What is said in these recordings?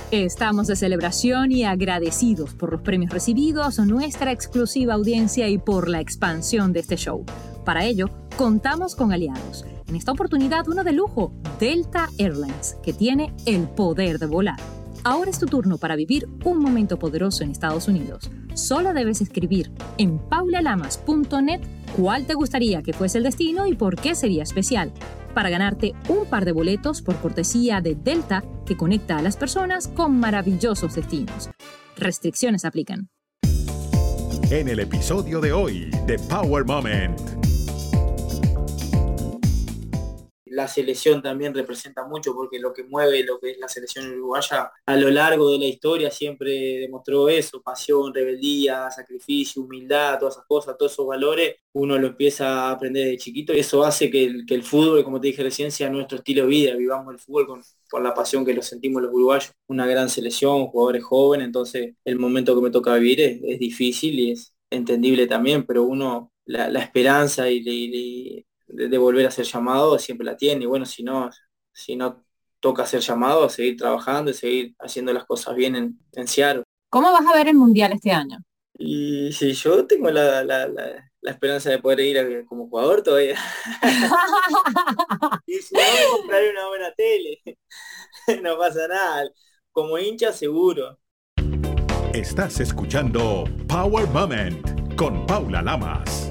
Estamos de celebración y agradecidos por los premios recibidos, nuestra exclusiva audiencia y por la expansión de este show. Para ello, contamos con aliados. En esta oportunidad, uno de lujo, Delta Airlines, que tiene el poder de volar. Ahora es tu turno para vivir un momento poderoso en Estados Unidos. Solo debes escribir en paulalamas.net cuál te gustaría que fuese el destino y por qué sería especial, para ganarte un par de boletos por cortesía de Delta que conecta a las personas con maravillosos destinos. Restricciones aplican. En el episodio de hoy de Power Moment. La selección también representa mucho porque lo que mueve lo que es la selección uruguaya a lo largo de la historia siempre demostró eso: pasión, rebeldía, sacrificio, humildad, todas esas cosas, todos esos valores, uno lo empieza a aprender de chiquito y eso hace que el fútbol, como te dije recién, sea nuestro estilo de vida, vivamos el fútbol con la pasión que lo sentimos los uruguayos. Una gran selección, jugadores jóvenes, entonces el momento que me toca vivir es difícil y es entendible también, pero uno la esperanza de volver a ser llamado siempre la tiene, y bueno, si no toca ser llamado, a seguir trabajando y seguir haciendo las cosas bien en Seattle. ¿Cómo vas a ver el Mundial este año? Y si yo tengo la esperanza de poder ir como jugador todavía. Y si no, compraré una buena tele. No pasa nada. Como hincha seguro. Estás escuchando Power Moment con Paula Lamas.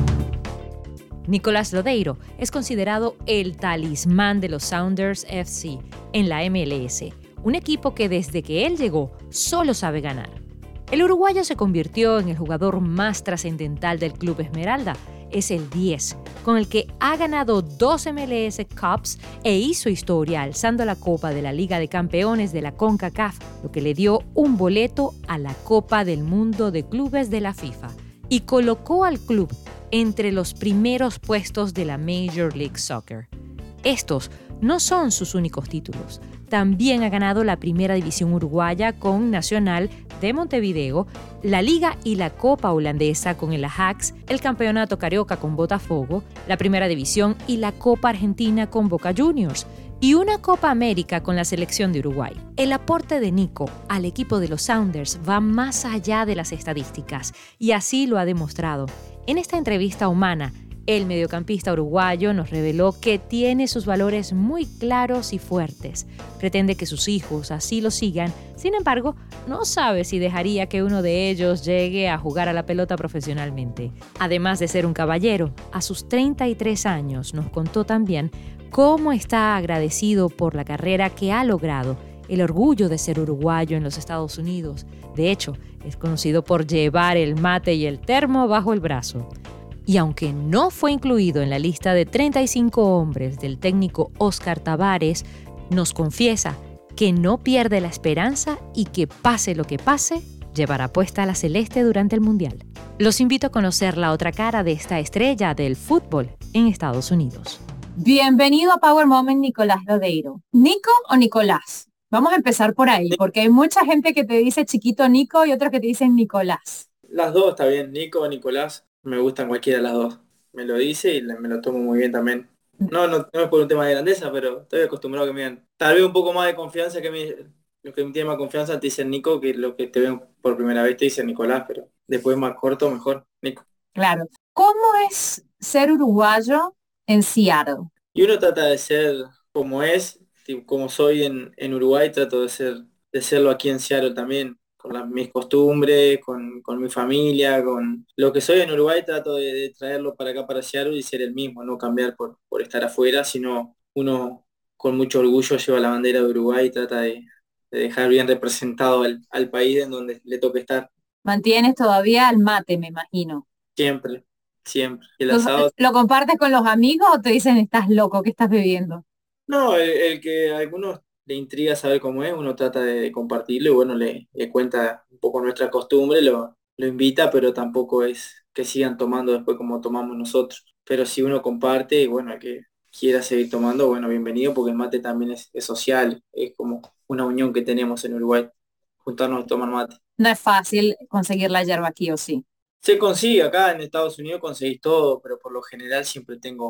Nicolás Lodeiro es considerado el talismán de los Sounders FC en la MLS, un equipo que desde que él llegó solo sabe ganar. El uruguayo se convirtió en el jugador más trascendental del club Esmeralda. Es el 10, con el que ha ganado 2 MLS Cups e hizo historia alzando la Copa de la Liga de Campeones de la CONCACAF, lo que le dio un boleto a la Copa del Mundo de Clubes de la FIFA y colocó al club entre los primeros puestos de la Major League Soccer. Estos no son sus únicos títulos. También ha ganado la Primera División Uruguaya con Nacional de Montevideo, la Liga y la Copa Holandesa con el Ajax, el Campeonato Carioca con Botafogo, la Primera División y la Copa Argentina con Boca Juniors, y una Copa América con la selección de Uruguay. El aporte de Nico al equipo de los Sounders va más allá de las estadísticas, y así lo ha demostrado. En esta entrevista humana, el mediocampista uruguayo nos reveló que tiene sus valores muy claros y fuertes. Pretende que sus hijos así lo sigan, sin embargo, no sabe si dejaría que uno de ellos llegue a jugar a la pelota profesionalmente. Además de ser un caballero, a sus 33 años nos contó también cómo está agradecido por la carrera que ha logrado, el orgullo de ser uruguayo en los Estados Unidos. De hecho, es conocido por llevar el mate y el termo bajo el brazo. Y aunque no fue incluido en la lista de 35 hombres del técnico Óscar Tabares, nos confiesa que no pierde la esperanza y que pase lo que pase, llevará puesta la celeste durante el Mundial. Los invito a conocer la otra cara de esta estrella del fútbol en Estados Unidos. Bienvenido a Power Moment, Nicolás Lodeiro. ¿Nico o Nicolás? Vamos a empezar por ahí, porque hay mucha gente que te dice chiquito Nico y otros que te dicen Nicolás. Las dos está bien, Nico o Nicolás, me gustan cualquiera de las dos. Me lo dice y me lo tomo muy bien también. No es por un tema de grandeza, pero estoy acostumbrado a que me digan. Tal vez un poco más de confianza los que me tienen más confianza te dicen Nico, que los que te ven por primera vez te dicen Nicolás, pero después más corto, mejor, Nico. Claro. ¿Cómo es ser uruguayo en Seattle? Y uno trata de ser como es, tipo, como soy en Uruguay, trato de serlo aquí en Seattle también, con mis costumbres, con mi familia, con lo que soy en Uruguay, trato de traerlo para acá, para Seattle y ser el mismo, no cambiar por estar afuera, sino uno con mucho orgullo lleva la bandera de Uruguay y trata de dejar bien representado al país en donde le toca estar. Mantienes todavía el mate, me imagino. Siempre, siempre. El asado. ¿Lo compartes con los amigos o te dicen estás loco, qué estás bebiendo? No, el que a algunos le intriga saber cómo es, uno trata de compartirlo y bueno, le cuenta un poco nuestra costumbre, lo invita, pero tampoco es que sigan tomando después como tomamos nosotros. Pero si uno comparte, y bueno, el que quiera seguir tomando, bueno, bienvenido, porque el mate también es social, es como una unión que tenemos en Uruguay, juntarnos a tomar mate. No es fácil conseguir la yerba aquí, ¿o sí? Se consigue acá en Estados Unidos, conseguís todo, pero por lo general siempre tengo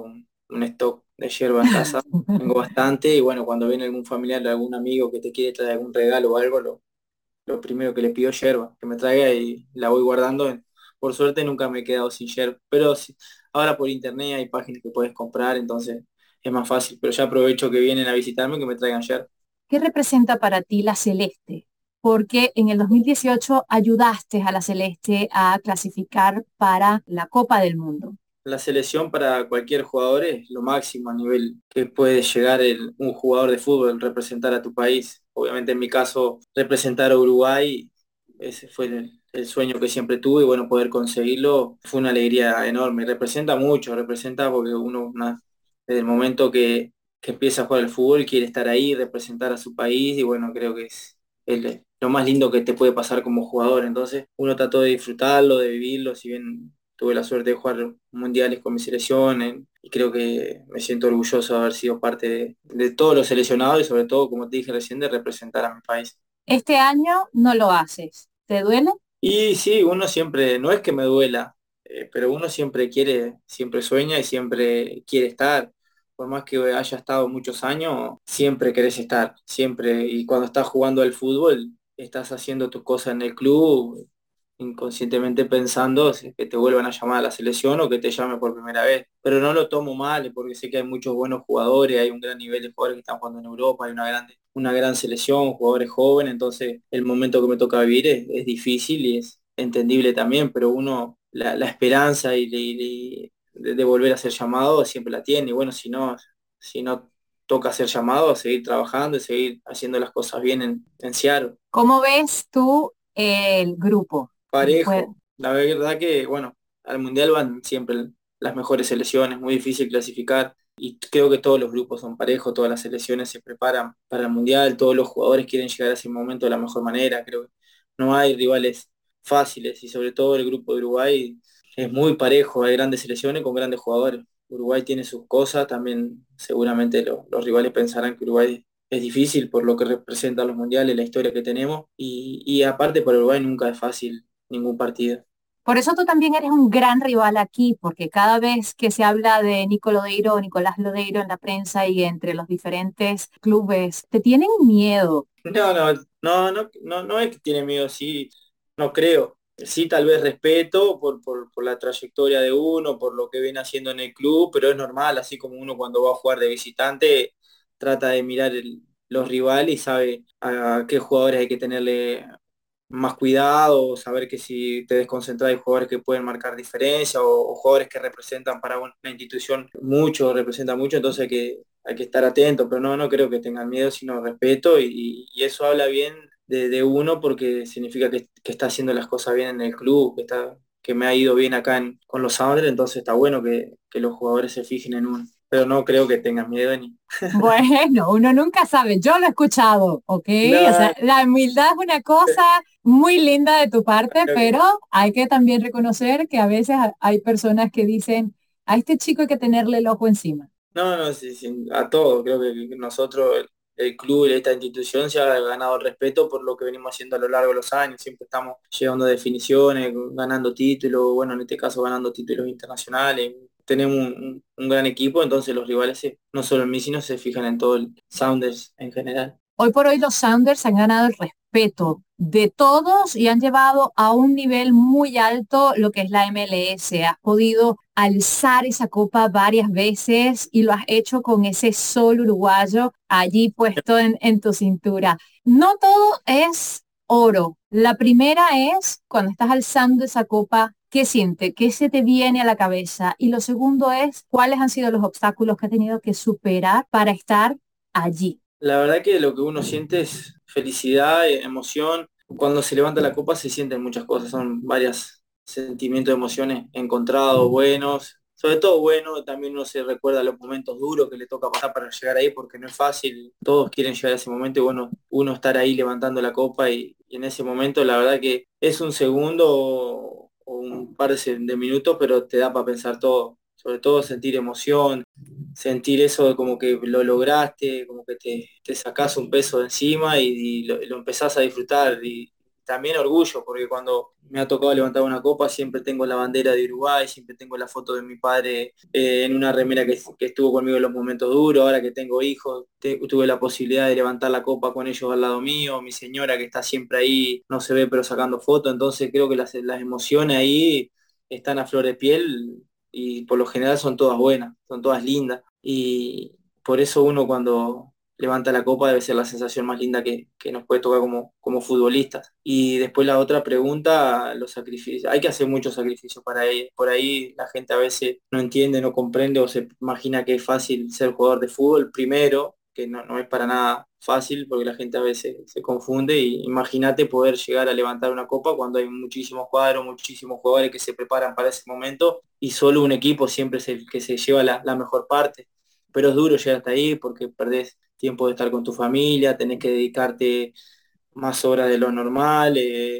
un stock de yerba en casa, tengo bastante y bueno, cuando viene algún familiar o algún amigo que te quiere traer algún regalo o algo, lo primero que le pido es yerba, que me traiga y la voy guardando. Por suerte nunca me he quedado sin yerba, pero sí, ahora por internet hay páginas que puedes comprar, entonces es más fácil, pero ya aprovecho que vienen a visitarme que me traigan yerba. ¿Qué representa para ti la Celeste? Porque en el 2018 ayudaste a la Celeste a clasificar para la Copa del Mundo. La selección para cualquier jugador es lo máximo a nivel que puede llegar un jugador de fútbol, representar a tu país. Obviamente en mi caso, representar a Uruguay, ese fue el sueño que siempre tuve y bueno, poder conseguirlo fue una alegría enorme. Representa mucho, representa porque desde el momento que empieza a jugar al fútbol quiere estar ahí, representar a su país y bueno, creo que es lo más lindo que te puede pasar como jugador. Entonces uno trató de disfrutarlo, de vivirlo, si bien tuve la suerte de jugar mundiales con mi selección y creo que me siento orgulloso de haber sido parte de todos los seleccionados y sobre todo, como te dije recién, de representar a mi país. Este año no lo haces. ¿Te duele? Y sí, uno siempre, no es que me duela, pero uno siempre quiere, siempre sueña y siempre quiere estar. Por más que haya estado muchos años, siempre querés estar, siempre. Y cuando estás jugando al fútbol, estás haciendo tus cosas en el club, inconscientemente pensando si es que te vuelvan a llamar a la selección o que te llame por primera vez. Pero no lo tomo mal, porque sé que hay muchos buenos jugadores, hay un gran nivel de jugadores que están jugando en Europa, hay una gran selección, jugadores jóvenes, entonces el momento que me toca vivir es difícil y es entendible también, pero uno la esperanza de volver a ser llamado siempre la tiene, y bueno, si no toca ser llamado, a seguir trabajando y seguir haciendo las cosas bien en Seattle. ¿Cómo ves tú el grupo? Después, Parejo. La verdad que, bueno, al Mundial van siempre las mejores selecciones, muy difícil clasificar y creo que todos los grupos son parejos, todas las selecciones se preparan para el Mundial, todos los jugadores quieren llegar a ese momento de la mejor manera, creo que no hay rivales fáciles y sobre todo el grupo de Uruguay es muy parejo, hay grandes selecciones con grandes jugadores. Uruguay tiene sus cosas, también seguramente los rivales pensarán que Uruguay es difícil por lo que representan los mundiales, la historia que tenemos y aparte para Uruguay nunca es fácil ningún partido. por eso tú también eres un gran rival aquí, porque cada vez que se habla de Nico Lodeiro o Nicolás Lodeiro en la prensa y entre los diferentes clubes, te tienen miedo. No es que tiene miedo, sí, no creo. Sí, tal vez respeto por la trayectoria de uno, por lo que viene haciendo en el club, pero es normal, así como uno cuando va a jugar de visitante, trata de mirar los rivales y sabe a qué jugadores hay que tenerle más cuidado, saber que si te desconcentras hay jugadores que pueden marcar diferencia o jugadores que representan para una institución mucho, representan mucho, entonces hay que estar atento, pero no creo que tengan miedo, sino respeto y eso habla bien de uno porque significa que está haciendo las cosas bien en el club, que me ha ido bien acá con los Sounders, entonces está bueno que los jugadores se fijen en uno, pero no creo que tengan miedo ni... Bueno, uno nunca sabe, yo lo he escuchado, ¿ok? O No, sea, la humildad es una cosa muy linda de tu parte, creo que pero hay que también reconocer que a veces hay personas que dicen, a este chico hay que tenerle el ojo encima. no, sí, sí, a todo. Creo que nosotros, el club y esta institución se ha ganado el respeto por lo que venimos haciendo a lo largo de los años. Siempre estamos llegando a definiciones, ganando títulos, bueno, en este caso ganando títulos internacionales. Tenemos un gran equipo, entonces los rivales, no solo en mí, sino se fijan en todo el Sounders en general. Hoy por hoy los Sounders han ganado el respeto de todos y han llevado a un nivel muy alto lo que es la MLS. Has podido alzar esa copa varias veces y lo has hecho con ese sol uruguayo allí puesto en tu cintura. No todo es oro. La primera es cuando estás alzando esa copa, ¿qué siente? ¿Qué se te viene a la cabeza? Y lo segundo es, ¿cuáles han sido los obstáculos que has tenido que superar para estar allí? La verdad que lo que uno siente es felicidad, emoción. Cuando se levanta la copa se sienten muchas cosas, son varios sentimientos, emociones encontrados, buenos. Sobre todo bueno, también uno se recuerda los momentos duros que le toca pasar para llegar ahí, porque no es fácil, todos quieren llegar a ese momento y bueno, uno estar ahí levantando la copa y en ese momento la verdad que es un segundo o un par de minutos, pero te da para pensar todo, sobre todo sentir emoción, sentir eso de como que lo lograste, como que te sacás un peso de encima y lo empezás a disfrutar y también orgullo, porque cuando me ha tocado levantar una copa siempre tengo la bandera de Uruguay, siempre tengo la foto de mi padre en una remera que estuvo conmigo en los momentos duros. Ahora que tengo hijos, tuve la posibilidad de levantar la copa con ellos al lado mío, mi señora que está siempre ahí, no se ve pero sacando fotos. Entonces creo que las emociones ahí están a flor de piel y por lo general son todas buenas, son todas lindas. Y por eso uno cuando levanta la copa debe ser la sensación más linda que nos puede tocar como futbolistas. Y después la otra pregunta, los sacrificios. Hay que hacer muchos sacrificios para ir. Por ahí la gente a veces no entiende, no comprende o se imagina que es fácil ser jugador de fútbol. Primero, que no es para nada fácil porque la gente a veces se confunde. Y imagínate poder llegar a levantar una copa cuando hay muchísimos cuadros, muchísimos jugadores que se preparan para ese momento y solo un equipo siempre es el que se lleva la mejor parte. Pero es duro llegar hasta ahí porque perdés tiempo de estar con tu familia, tenés que dedicarte más horas de lo normal,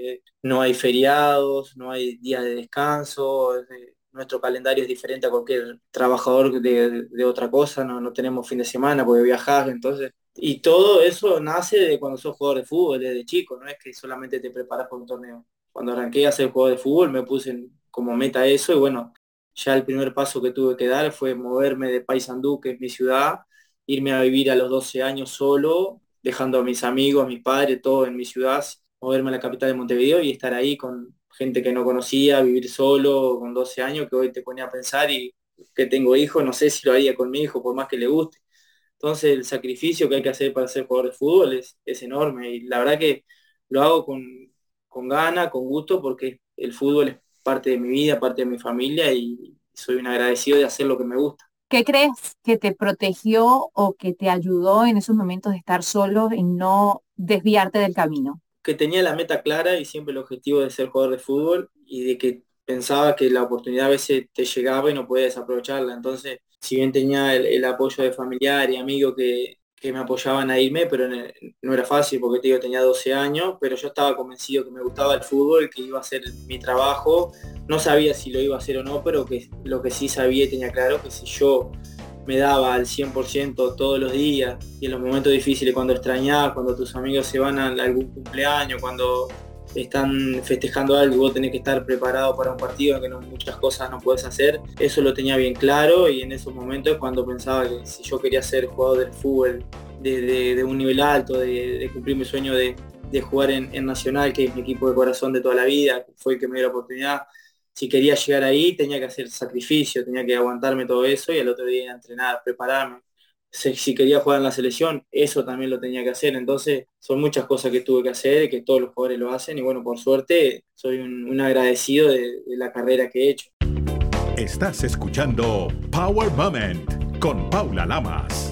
no hay feriados, no hay días de descanso, nuestro calendario es diferente a cualquier trabajador de otra cosa, no tenemos fin de semana porque viajás, entonces, y todo eso nace de cuando sos jugador de fútbol, desde chico, no es que solamente te preparas por un torneo. Cuando arranqué a ser jugador de fútbol me puse como meta eso y bueno, ya el primer paso que tuve que dar fue moverme de Paysandú, que es mi ciudad, irme a vivir a los 12 años solo, dejando a mis amigos, a mis padres, todo en mi ciudad, moverme a la capital de Montevideo y estar ahí con gente que no conocía, vivir solo con 12 años, que hoy te ponía a pensar y que tengo hijos, no sé si lo haría con mi hijo, por más que le guste. Entonces el sacrificio que hay que hacer para ser jugador de fútbol es enorme y la verdad que lo hago con gana, con gusto, porque el fútbol es parte de mi vida, parte de mi familia y soy un agradecido de hacer lo que me gusta. ¿Qué crees que te protegió o que te ayudó en esos momentos de estar solo en no desviarte del camino? Que tenía la meta clara y siempre el objetivo de ser jugador de fútbol y de que pensaba que la oportunidad a veces te llegaba y no podías aprovecharla. Entonces, si bien tenía el apoyo de familiar y amigos que me apoyaban a irme, pero no era fácil porque te digo, tenía 12 años, pero yo estaba convencido que me gustaba el fútbol, que iba a ser mi trabajo. No sabía si lo iba a hacer o no, pero que lo que sí sabía y tenía claro que si yo me daba al 100% todos los días y en los momentos difíciles, cuando extrañás, cuando tus amigos se van a algún cumpleaños, cuando están festejando algo y vos tenés que estar preparado para un partido en que muchas cosas no puedes hacer, eso lo tenía bien claro y en esos momentos es cuando pensaba que si yo quería ser jugador del fútbol de un nivel alto, de cumplir mi sueño de jugar en Nacional, que es mi equipo de corazón de toda la vida, que fue el que me dio la oportunidad, si quería llegar ahí tenía que hacer sacrificio, tenía que aguantarme todo eso y al otro día ir a entrenar, prepararme. Si quería jugar en la selección, eso también lo tenía que hacer. Entonces son muchas cosas que tuve que hacer, que todos los jugadores lo hacen y bueno, por suerte soy un agradecido de la carrera que he hecho. Estás escuchando Power Moment con Paula Lamas.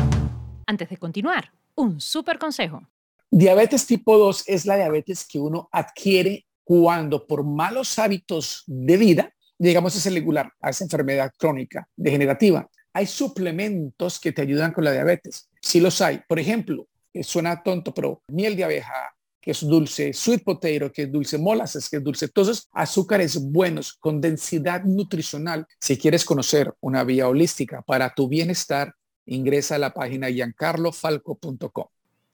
Antes de continuar, un súper consejo. Diabetes tipo 2 es la diabetes que uno adquiere cuando por malos hábitos de vida llegamos a ese regular, a esa enfermedad crónica degenerativa. Hay suplementos que te ayudan con la diabetes. Sí los hay. Por ejemplo, suena tonto, pero miel de abeja, que es dulce, sweet potato, que es dulce, molasses, que es dulce. Todos esos azúcares buenos con densidad nutricional. Si quieres conocer una vía holística para tu bienestar, ingresa a la página giancarlofalco.com.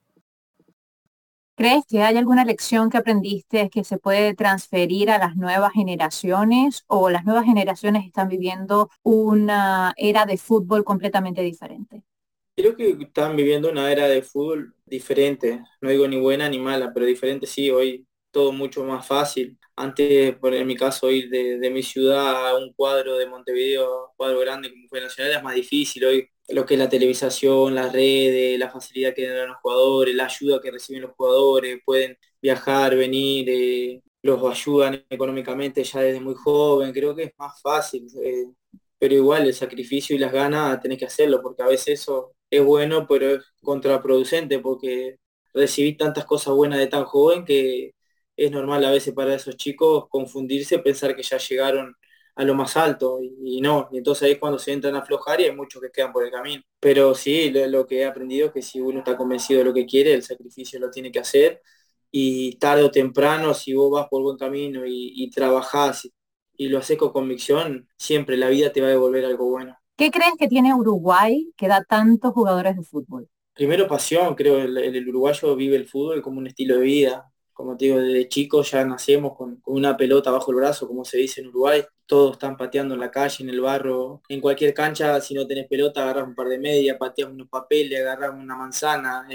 ¿Crees que hay alguna lección que aprendiste que se puede transferir a las nuevas generaciones o las nuevas generaciones están viviendo una era de fútbol completamente diferente? Creo que están viviendo una era de fútbol diferente, no digo ni buena ni mala, pero diferente sí, hoy todo mucho más fácil. Antes, en mi caso, ir de mi ciudad a un cuadro de Montevideo, cuadro grande como fue Nacional, es más difícil. Hoy lo que es la televisación, las redes, la facilidad que dan los jugadores, la ayuda que reciben los jugadores, pueden viajar, venir, los ayudan económicamente ya desde muy joven, creo que es más fácil. Pero igual el sacrificio y las ganas tenés que hacerlo, porque a veces eso es bueno, pero es contraproducente, porque recibís tantas cosas buenas de tan joven que es normal a veces para esos chicos confundirse, pensar que ya llegaron a lo más alto y no, y entonces ahí es cuando se entran a aflojar y hay muchos que quedan por el camino. Pero sí, lo que he aprendido es que si uno está convencido de lo que quiere, el sacrificio lo tiene que hacer y tarde o temprano, si vos vas por buen camino y trabajás y lo haces con convicción, siempre la vida te va a devolver algo bueno. ¿Qué crees que tiene Uruguay que da tantos jugadores de fútbol? Primero pasión, creo, el uruguayo vive el fútbol como un estilo de vida. como te digo, desde chicos ya nacemos con una pelota bajo el brazo, como se dice en Uruguay. Todos están pateando en la calle, en el barro, en cualquier cancha. Si no tenés pelota, agarrás un par de medias, pateas unos papeles, agarrás una manzana,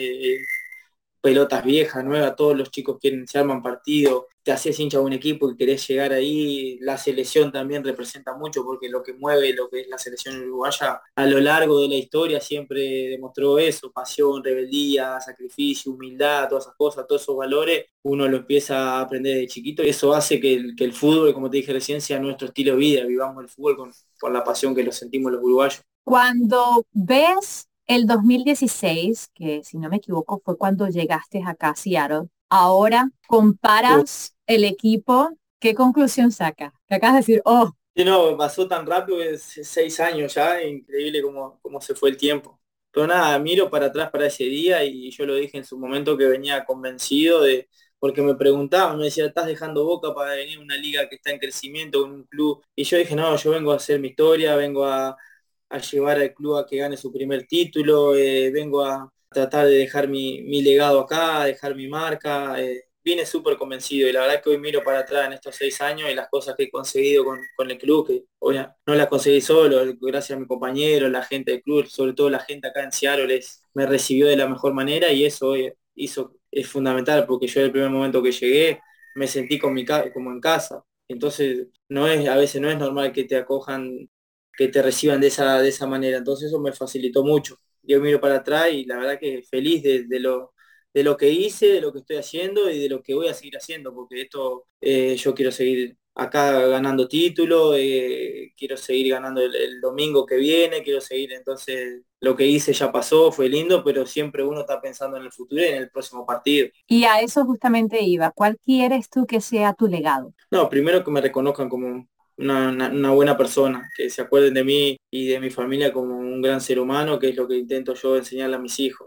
pelotas viejas, nuevas, todos los chicos quieren, se arman partido, te haces hincha de un equipo y querés llegar ahí. La selección también representa mucho porque lo que mueve lo que es la selección uruguaya a lo largo de la historia siempre demostró eso: pasión, rebeldía, sacrificio, humildad, todas esas cosas, todos esos valores, uno lo empieza a aprender de chiquito y eso hace que el fútbol, como te dije recién, sea nuestro estilo de vida, vivamos el fútbol con la pasión que lo sentimos los uruguayos. Cuando ves el 2016, que si no me equivoco fue cuando llegaste acá a Seattle, ahora comparas el equipo, ¿qué conclusión sacas? Que acabas de decir, oh, Sí, no, pasó tan rápido, es 6 años ya, increíble cómo se fue el tiempo. Pero nada, miro para atrás para ese día y yo lo dije en su momento que venía convencido porque me preguntaban, me decía, ¿estás dejando Boca para venir a una liga que está en crecimiento, con un club? Y yo dije, no, yo vengo a hacer mi historia, vengo a llevar al club a que gane su primer título, vengo a tratar de dejar mi legado acá, dejar mi marca. Vine súper convencido y la verdad que hoy miro para atrás en estos 6 años y las cosas que he conseguido con el club, que hoy no las conseguí solo, gracias a mi compañero, la gente del club, sobre todo la gente acá en Seattle me recibió de la mejor manera y eso hoy es fundamental porque yo en el primer momento que llegué me sentí como en casa. Entonces a veces no es normal que te acojan, que te reciban de esa manera. Entonces eso me facilitó mucho. Yo miro para atrás y la verdad que feliz de lo que hice, de lo que estoy haciendo y de lo que voy a seguir haciendo, porque esto yo quiero seguir acá ganando títulos, quiero seguir ganando el domingo que viene, quiero seguir. Entonces lo que hice ya pasó, fue lindo, pero siempre uno está pensando en el futuro y en el próximo partido. y a eso justamente iba. ¿Cuál quieres tú que sea tu legado? No, primero que me reconozcan como una buena persona, que se acuerden de mí y de mi familia como un gran ser humano, que es lo que intento yo enseñarle a mis hijos,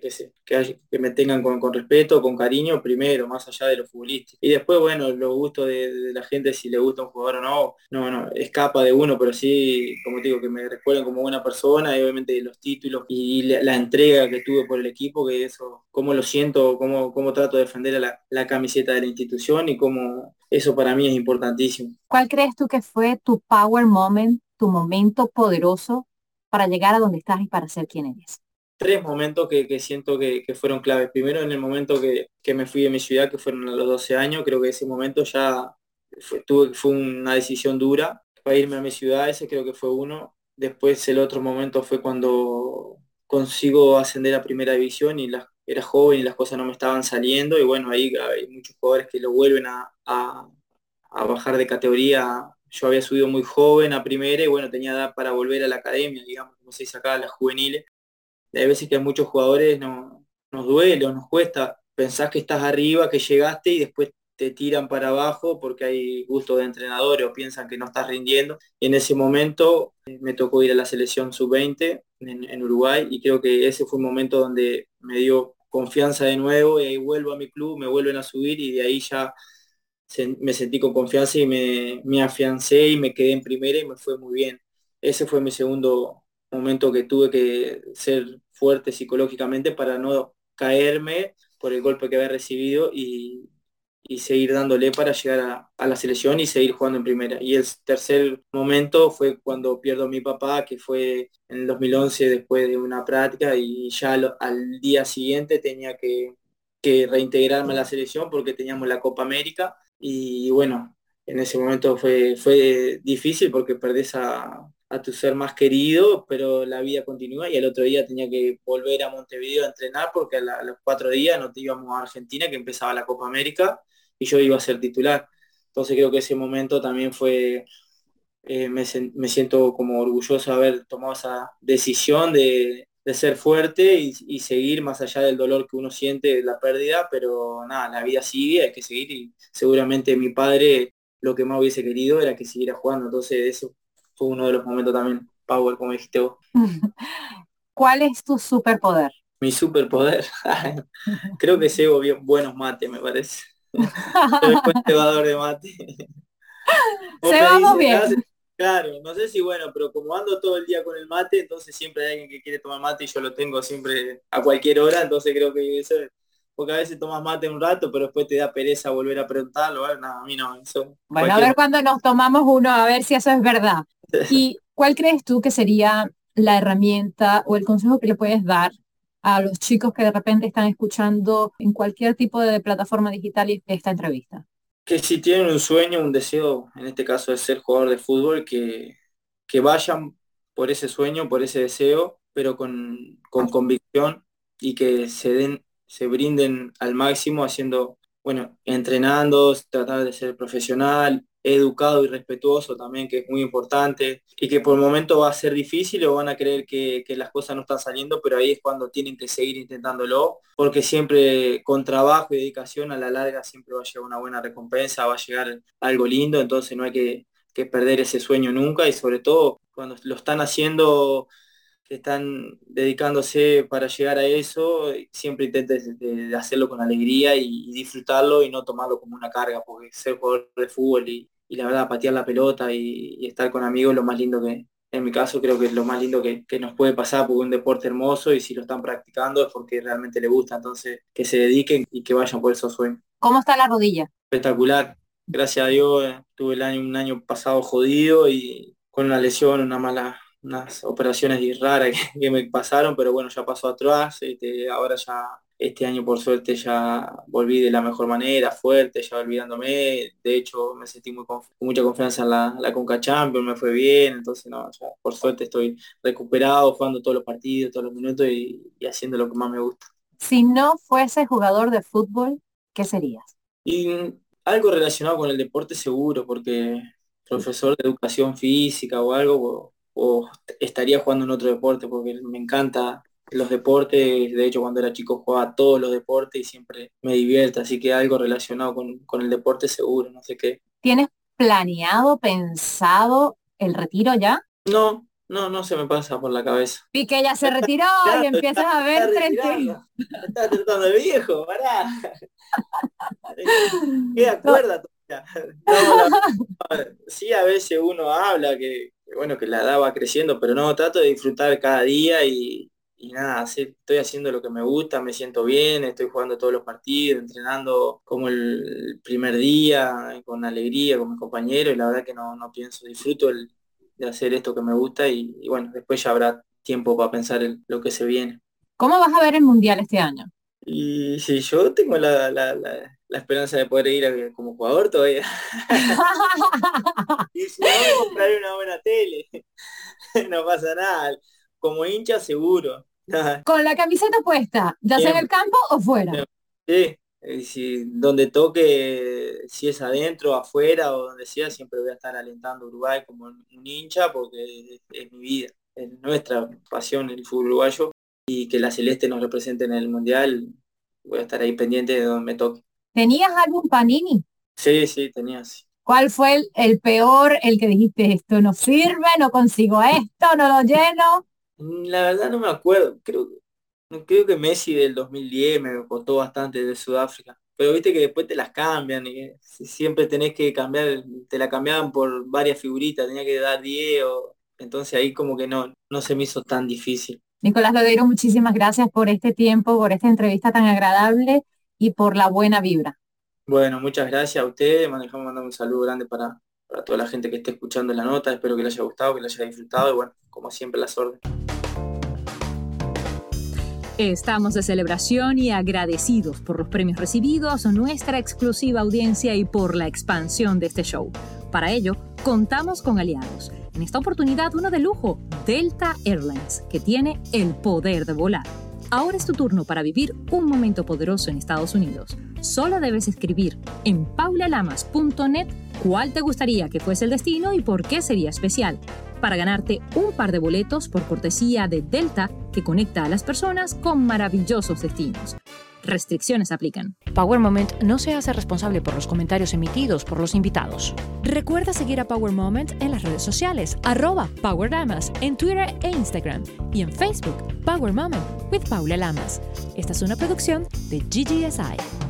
que me tengan con respeto, con cariño, primero, más allá de lo futbolístico. Y después, bueno, los gustos de la gente, si le gusta un jugador o no, no, escapa de uno, pero sí, como te digo, que me recuerden como buena persona y obviamente los títulos y la entrega que tuve por el equipo, que eso, cómo lo siento, cómo trato de defender a la camiseta de la institución y cómo eso para mí es importantísimo. ¿Cuál crees tú que fue tu power moment, tu momento poderoso para llegar a donde estás y para ser quien eres? Tres momentos que siento que fueron claves. Primero, en el momento que me fui de mi ciudad, que fueron a los 12 años, creo que ese momento ya fue una decisión dura para irme a mi ciudad, ese creo que fue uno. Después el otro momento fue cuando consigo ascender a primera división y era joven y las cosas no me estaban saliendo y bueno, ahí hay muchos jugadores que lo vuelven a bajar de categoría. Yo había subido muy joven a primera y bueno, tenía edad para volver a la academia, digamos, como se dice acá, a las juveniles. Hay veces que a muchos jugadores nos duele o nos cuesta, pensás que estás arriba, que llegaste y después te tiran para abajo porque hay gusto de entrenadores o piensan que no estás rindiendo. Y en ese momento me tocó ir a la selección sub-20 en Uruguay y creo que ese fue un momento donde me dio confianza de nuevo y ahí vuelvo a mi club, me vuelven a subir y de ahí ya me sentí con confianza y me afiancé y me quedé en primera y me fue muy bien. Ese fue mi segundo momento que tuve que ser fuerte psicológicamente para no caerme por el golpe que había recibido y seguir dándole para llegar a la selección y seguir jugando en primera. Y el tercer momento fue cuando pierdo a mi papá, que fue en el 2011 después de una práctica y ya al día siguiente tenía que reintegrarme a la selección porque teníamos la Copa América y bueno, en ese momento fue difícil porque perdés a tu ser más querido, pero la vida continúa y el otro día tenía que volver a Montevideo a entrenar porque a los 4 días nos íbamos a Argentina que empezaba la Copa América y yo iba a ser titular. Entonces creo que ese momento también fue, me siento como orgulloso de haber tomado esa decisión de ser fuerte y seguir más allá del dolor que uno siente de la pérdida, pero nada, la vida sigue, hay que seguir y seguramente mi padre lo que más hubiese querido era que siguiera jugando, entonces eso fue uno de los momentos también, Power, como dijiste vos. ¿Cuál es tu superpoder? Mi superpoder, creo que llevo bien buenos mates, me parece. Soy buen cebador de mate. Vos Se me vamos dices, bien. claro, no sé si bueno, pero como ando todo el día con el mate, entonces siempre hay alguien que quiere tomar mate y yo lo tengo siempre a cualquier hora, entonces creo que eso porque a veces tomas mate un rato, pero después te da pereza volver a preguntarlo. Bueno, no, a mí no, eso. Bueno, a ver cuando nos tomamos uno, a ver si eso es verdad. ¿Y cuál crees tú que sería la herramienta o el consejo que le puedes dar a los chicos que de repente están escuchando en cualquier tipo de plataforma digital esta entrevista? Que si tienen un sueño, un deseo, en este caso de ser jugador de fútbol, que vayan por ese sueño, por ese deseo, pero con convicción, y que se brinden al máximo haciendo, bueno, entrenando, tratar de ser profesional, educado y respetuoso también, que es muy importante, y que por el momento va a ser difícil o van a creer que las cosas no están saliendo, pero ahí es cuando tienen que seguir intentándolo, porque siempre con trabajo y dedicación a la larga siempre va a llegar una buena recompensa, va a llegar algo lindo, entonces no hay que perder ese sueño nunca, y sobre todo cuando lo están haciendo, que están dedicándose para llegar a eso, siempre intentes de hacerlo con alegría y disfrutarlo y no tomarlo como una carga, porque ser jugador de fútbol y la verdad patear la pelota y estar con amigos es lo más lindo que, en mi caso creo que es lo más lindo que nos puede pasar, porque es un deporte hermoso y si lo están practicando es porque realmente les gusta, entonces que se dediquen y que vayan por esos sueños. ¿Cómo está la rodilla? Espectacular, gracias a Dios, tuve un año pasado jodido y con una lesión, unas operaciones raras que me pasaron, pero bueno, ya pasó atrás, ahora ya este año por suerte ya volví de la mejor manera, fuerte, ya olvidándome, de hecho me sentí con mucha confianza en la Conca Champions, me fue bien, entonces no, ya por suerte estoy recuperado, jugando todos los partidos, todos los minutos y haciendo lo que más me gusta. Si no fuese jugador de fútbol, ¿qué serías? Y algo relacionado con el deporte seguro, porque profesor de educación física o algo, o estaría jugando en otro deporte, porque me encanta los deportes, de hecho cuando era chico jugaba a todos los deportes y siempre me divierte, así que algo relacionado con el deporte seguro, no sé qué. ¿Tienes planeado, pensado el retiro ya? No se me pasa por la cabeza. Piqué ya se retiró y empiezas a ver 30. Estás tratando de viejo, pará. Queda cuerda todavía. Sí, a veces uno habla que bueno, que la edad va creciendo, pero no, trato de disfrutar cada día y nada, estoy haciendo lo que me gusta, me siento bien, estoy jugando todos los partidos, entrenando como el primer día, con alegría, con mis compañeros, y la verdad que no pienso, disfruto de hacer esto que me gusta y bueno, después ya habrá tiempo para pensar en lo que se viene. ¿Cómo vas a ver el Mundial este año? Y si yo tengo la esperanza de poder ir como jugador todavía. Y si no, me compraré una buena tele. No pasa nada. Como hincha seguro. Con la camiseta puesta, ya sea en el campo o fuera. Sí, si donde toque, si es adentro, afuera o donde sea, siempre voy a estar alentando a Uruguay como un hincha, porque es mi vida, es nuestra pasión el fútbol uruguayo, y que la Celeste nos represente en el Mundial, voy a estar ahí pendiente de donde me toque. ¿Tenías algún Panini? Sí, tenía, sí. ¿Cuál fue el peor, el que dijiste, esto no sirve, no consigo esto, no lo lleno? La verdad no me acuerdo, creo que Messi del 2010 me costó bastante de Sudáfrica, pero viste que después te las cambian y siempre tenés que cambiar, te la cambiaban por varias figuritas, tenía que dar 10, entonces ahí como que no se me hizo tan difícil. Nicolás Lodeiro, muchísimas gracias por este tiempo, por esta entrevista tan agradable y por la buena vibra. Bueno, muchas gracias a ustedes, dejamos mandar un saludo grande para toda la gente que esté escuchando la nota, espero que les haya gustado, que les haya disfrutado y bueno, como siempre las órdenes. Estamos de celebración y agradecidos por los premios recibidos, nuestra exclusiva audiencia y por la expansión de este show. Para ello, contamos con aliados. En esta oportunidad, uno de lujo, Delta Airlines, que tiene el poder de volar. Ahora es tu turno para vivir un momento poderoso en Estados Unidos. Solo debes escribir en paulalamas.net cuál te gustaría que fuese el destino y por qué sería especial, para ganarte un par de boletos por cortesía de Delta que conecta a las personas con maravillosos destinos. Restricciones aplican. Power Moment no se hace responsable por los comentarios emitidos por los invitados. Recuerda seguir a Power Moment en las redes sociales, @PowerLamas, en Twitter e Instagram, y en Facebook, Power Moment with Paula Lamas. Esta es una producción de GGSI.